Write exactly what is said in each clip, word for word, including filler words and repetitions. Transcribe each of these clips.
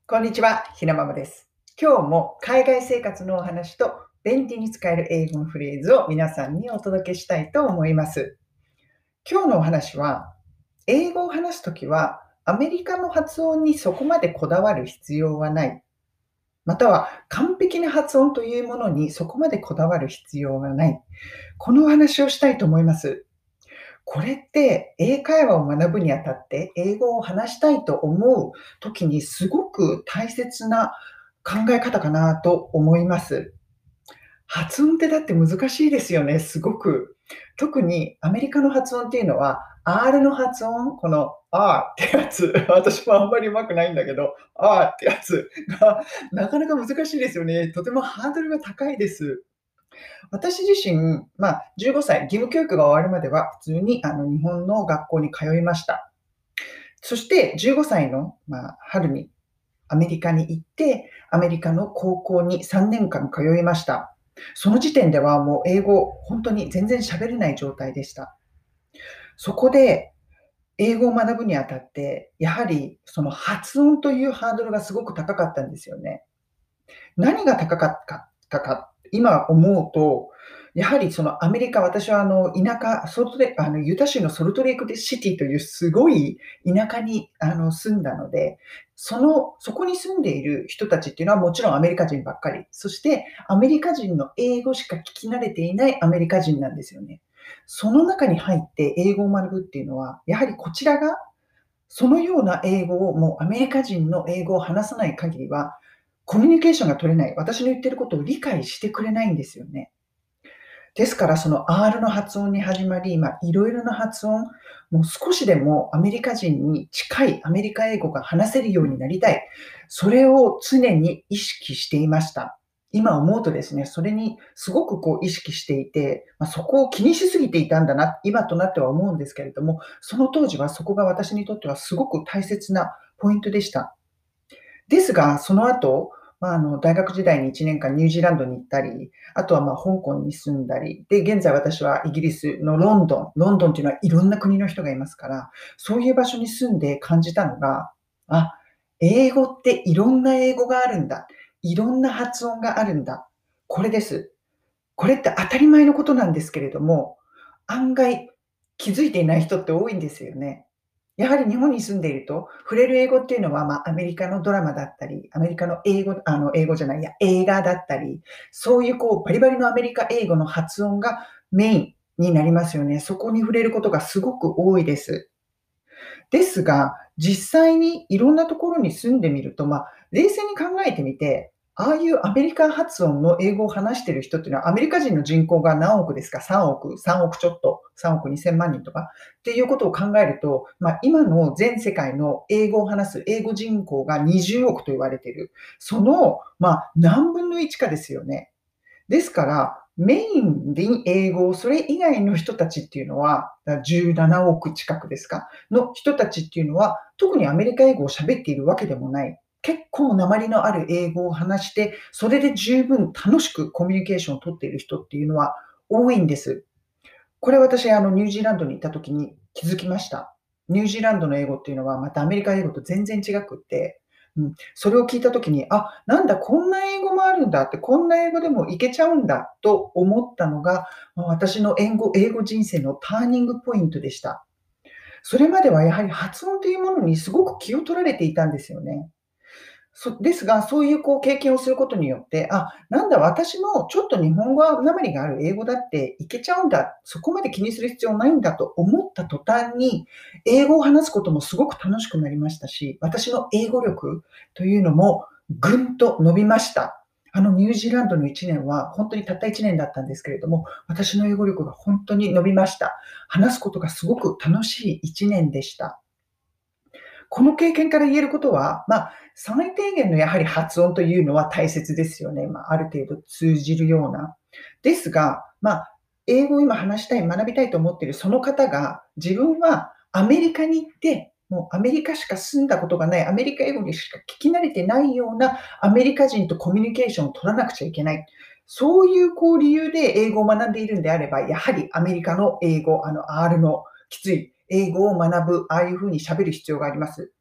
こんにちは、ひなままです。今日も海外生活のお話と便利に使える英語のフレーズを皆さんにお届けしたいと思います。今日のお話は、英語を話すときはアメリカの発音にそこまでこだわる必要はない。または完璧な発音というものにそこまでこだわる必要がない。このお話をしたいと思います。これって英会話を学ぶにあたって英語を話したいと思う時にすごく大切な考え方かなと思います。発音ってだって難しいですよね、すごく。特にアメリカの発音っていうのは R の発音、この R ってやつ、私もあんまり上手くないんだけど、R ってやつがなかなか難しいですよね。とてもハードルが高いです。私自身、まあ、じゅうごさい、義務教育が終わるまでは普通にあの日本の学校に通いました。そしてじゅうごさいの、まあ、春にアメリカに行って、アメリカの高校にさんねんかん通いました。その時点ではもう英語、本当に全然喋れない状態でした。そこで英語を学ぶにあたって、やはりその発音というハードルがすごく高かったんですよね。何が高かったか、今思うと、やはりそのアメリカ、私はあの田舎、ソルトレあのユタ州のソルトレイクシティというすごい田舎にあの住んだので、その、そこに住んでいる人たちっていうのはもちろんアメリカ人ばっかり。そしてアメリカ人の英語しか聞き慣れていないアメリカ人なんですよね。その中に入って英語を学ぶっていうのは、やはりこちらがそのような英語をもうアメリカ人の英語を話さない限りは、コミュニケーションが取れない。私の言ってることを理解してくれないんですよね。ですから、その R の発音に始まり、まあ、いろいろな発音、もう少しでもアメリカ人に近いアメリカ英語が話せるようになりたい。それを常に意識していました。今思うとですね、それにすごくこう意識していて、まあ、そこを気にしすぎていたんだな、今となっては思うんですけれども、その当時はそこが私にとってはすごく大切なポイントでした。ですが、その後、まあ、あの大学時代にいちねんかんニュージーランドに行ったり、あとはまあ香港に住んだり、で、現在私はイギリスのロンドン、ロンドンっていうのはいろんな国の人がいますから、そういう場所に住んで感じたのが、あ、英語っていろんな英語があるんだ。いろんな発音があるんだ。これです。これって当たり前のことなんですけれども、案外気づいていない人って多いんですよね。やはり日本に住んでいると、触れる英語っていうのは、まあ、アメリカのドラマだったり、アメリカの英語あの、英語じゃないや、映画だったり、そういうこうバリバリのアメリカ英語の発音がメインになりますよね。そこに触れることがすごく多いです。ですが、実際にいろんなところに住んでみると、まあ、冷静に考えてみて、ああいうアメリカ発音の英語を話している人っていうのは、アメリカ人の人口が何億ですか？ さん 億、さんおくちょっと、さんおくにせんまん人とかっていうことを考えると、まあ、今の全世界の英語を話す英語人口がにじゅうおくと言われている。その、まあ、何分のいちかですよね。ですから、メインで英語、それ以外の人たちっていうのは、じゅうななおく近くですかの人たちっていうのは、特にアメリカ英語を喋っているわけでもない。結構訛りのある英語を話して、それで十分楽しくコミュニケーションを取っている人っていうのは多いんです。これ私、あの、ニュージーランドに行った時に気づきました。ニュージーランドの英語っていうのは、またアメリカ英語と全然違くって、うん、それを聞いた時に、あ、なんだ、こんな英語もあるんだって、こんな英語でもいけちゃうんだと思ったのが、ま私の英語英語人生のターニングポイントでした。それまではやはり発音というものにすごく気を取られていたんですよね。そですが、そういうこう経験をすることによって、あ、なんだ、私もちょっと日本語は訛りがある英語だっていけちゃうんだ、そこまで気にする必要ないんだと思った途端に、英語を話すこともすごく楽しくなりましたし、私の英語力というのもぐんと伸びました。あのニュージーランドのいちねんは本当にたったいちねんだったんですけれども、私の英語力が本当に伸びました。話すことがすごく楽しいいちねんでした。この経験から言えることは、まあ、最低限のやはり発音というのは大切ですよね。まあ、ある程度通じるような。ですが、まあ、英語を今話したい、学びたいと思っているその方が、自分はアメリカに行って、もうアメリカしか住んだことがない、アメリカ英語にしか聞き慣れてないようなアメリカ人とコミュニケーションを取らなくちゃいけない。そういうこう理由で英語を学んでいるんであれば、やはりアメリカの英語、あの R のきつい英語を学ぶ、ああいうふうに喋る必要があります。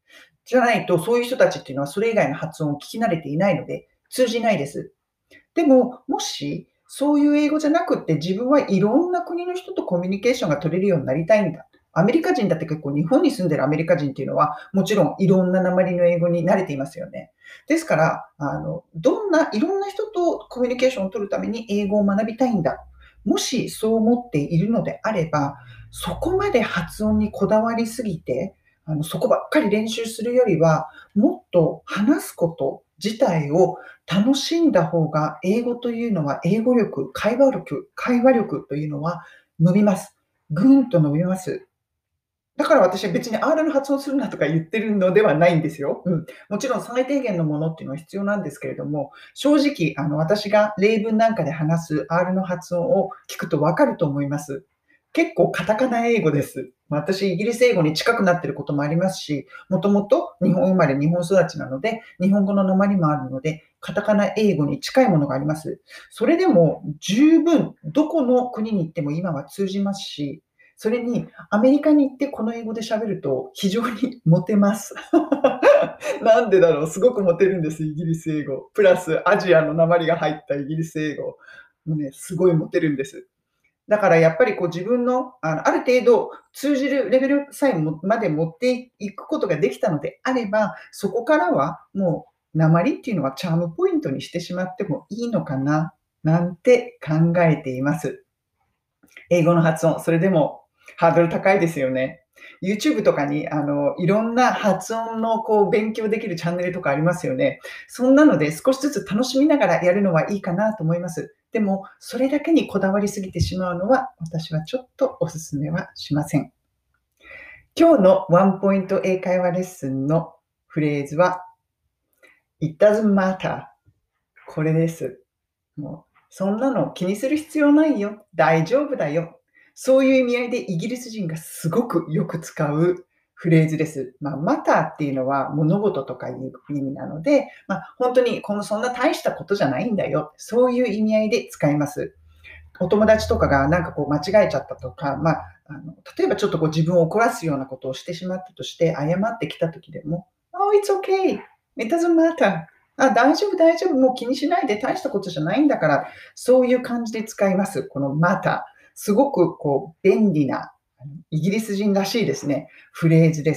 じゃないと、そういう人たちっていうのはそれ以外の発音を聞き慣れていないので、通じないです。でも、もし、そういう英語じゃなくって、自分はいろんな国の人とコミュニケーションが取れるようになりたいんだ。アメリカ人だって結構日本に住んでるアメリカ人っていうのは、もちろんいろんな訛りの英語に慣れていますよね。ですから、あの、どんないろんな人とコミュニケーションを取るために英語を学びたいんだ。もしそう思っているのであれば、そこまで発音にこだわりすぎて、あの、そこばっかり練習するよりは、もっと話すこと自体を楽しんだ方が、英語というのは、英語力、会話力、会話力というのは伸びます。ぐんと伸びます。だから私は別に アール の発音するなとか言ってるのではないんですよ。うん。もちろん最低限のものっていうのは必要なんですけれども、正直、あの、私が例文なんかで話す アール の発音を聞くとわかると思います。結構カタカナ英語です。私、イギリス英語に近くなっていることもありますし、もともと日本生まれ、日本育ちなので、日本語の訛りもあるので、カタカナ英語に近いものがあります。それでも十分、どこの国に行っても今は通じますし、それにアメリカに行ってこの英語で喋ると非常にモテます。なんでだろう、すごくモテるんです、イギリス英語。プラスアジアの訛りが入ったイギリス英語。もうね、すごいモテるんです。だからやっぱりこう自分の、あの、ある程度通じるレベルさえもまで持っていくことができたのであれば、そこからはもう訛りっていうのはチャームポイントにしてしまってもいいのかな、なんて考えています。英語の発音、それでもハードル高いですよね。YouTube とかに、あの、いろんな発音のこう勉強できるチャンネルとかありますよね。そんなので少しずつ楽しみながらやるのはいいかなと思います。でも、それだけにこだわりすぎてしまうのは、私はちょっとお勧めはしません。今日のワンポイント英会話レッスンのフレーズは、It doesn't matter。これです。もう、そんなの気にする必要ないよ。大丈夫だよ。そういう意味合いでイギリス人がすごくよく使うフレーズです。まあ、マターっていうのは物事とかいう意味なので、まあ、本当にこのそんな大したことじゃないんだよ。そういう意味合いで使います。お友達とかがなんかこう間違えちゃったとか、まあ、あの例えばちょっとこう自分を怒らすようなことをしてしまったとして、謝ってきた時でも、Oh, it's okay. It doesn't matter. あ、大丈夫、大丈夫。もう気にしないで大したことじゃないんだから、そういう感じで使います。この matter。すごくこう便利な、イギリス人らしいですね、フレーズです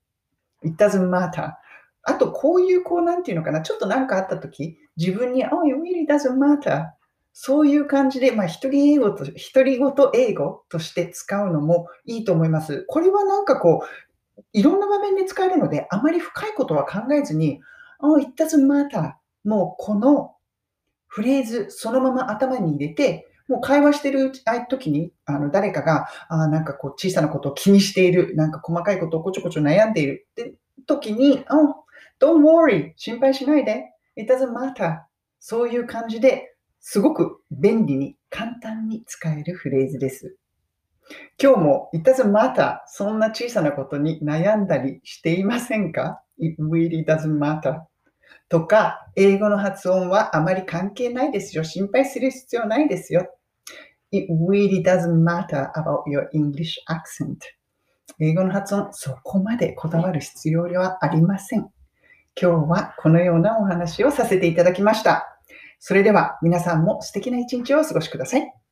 。It doesn't matter。あと、こういう、こう、なんていうのかな、ちょっとなんかあったとき、自分に、Oh, it really doesn't matter。そういう感じで、まあ、一人英語と、独り言英語として使うのもいいと思います。これはなんかこう、いろんな場面で使えるので、あまり深いことは考えずに、Oh, it doesn't matter。もうこのフレーズそのまま頭に入れて、もう会話してる時に、あの、誰かが、あなんかこう小さなことを気にしている、なんか細かいことをこちょこちょ悩んでいるって時に、Oh, don't worry. 心配しないで。It doesn't matter. そういう感じですごく便利に簡単に使えるフレーズです。今日も It doesn't matter。そんな小さなことに悩んだりしていませんか？ It really doesn't matter。とか、英語の発音はあまり関係ないですよ。心配する必要ないですよ。It really doesn't matter about your English accent。英語の発音、そこまでこだわる必要はありません。今日はこのようなお話をさせていただきました。それでは皆さんも素敵な一日をお過ごしください。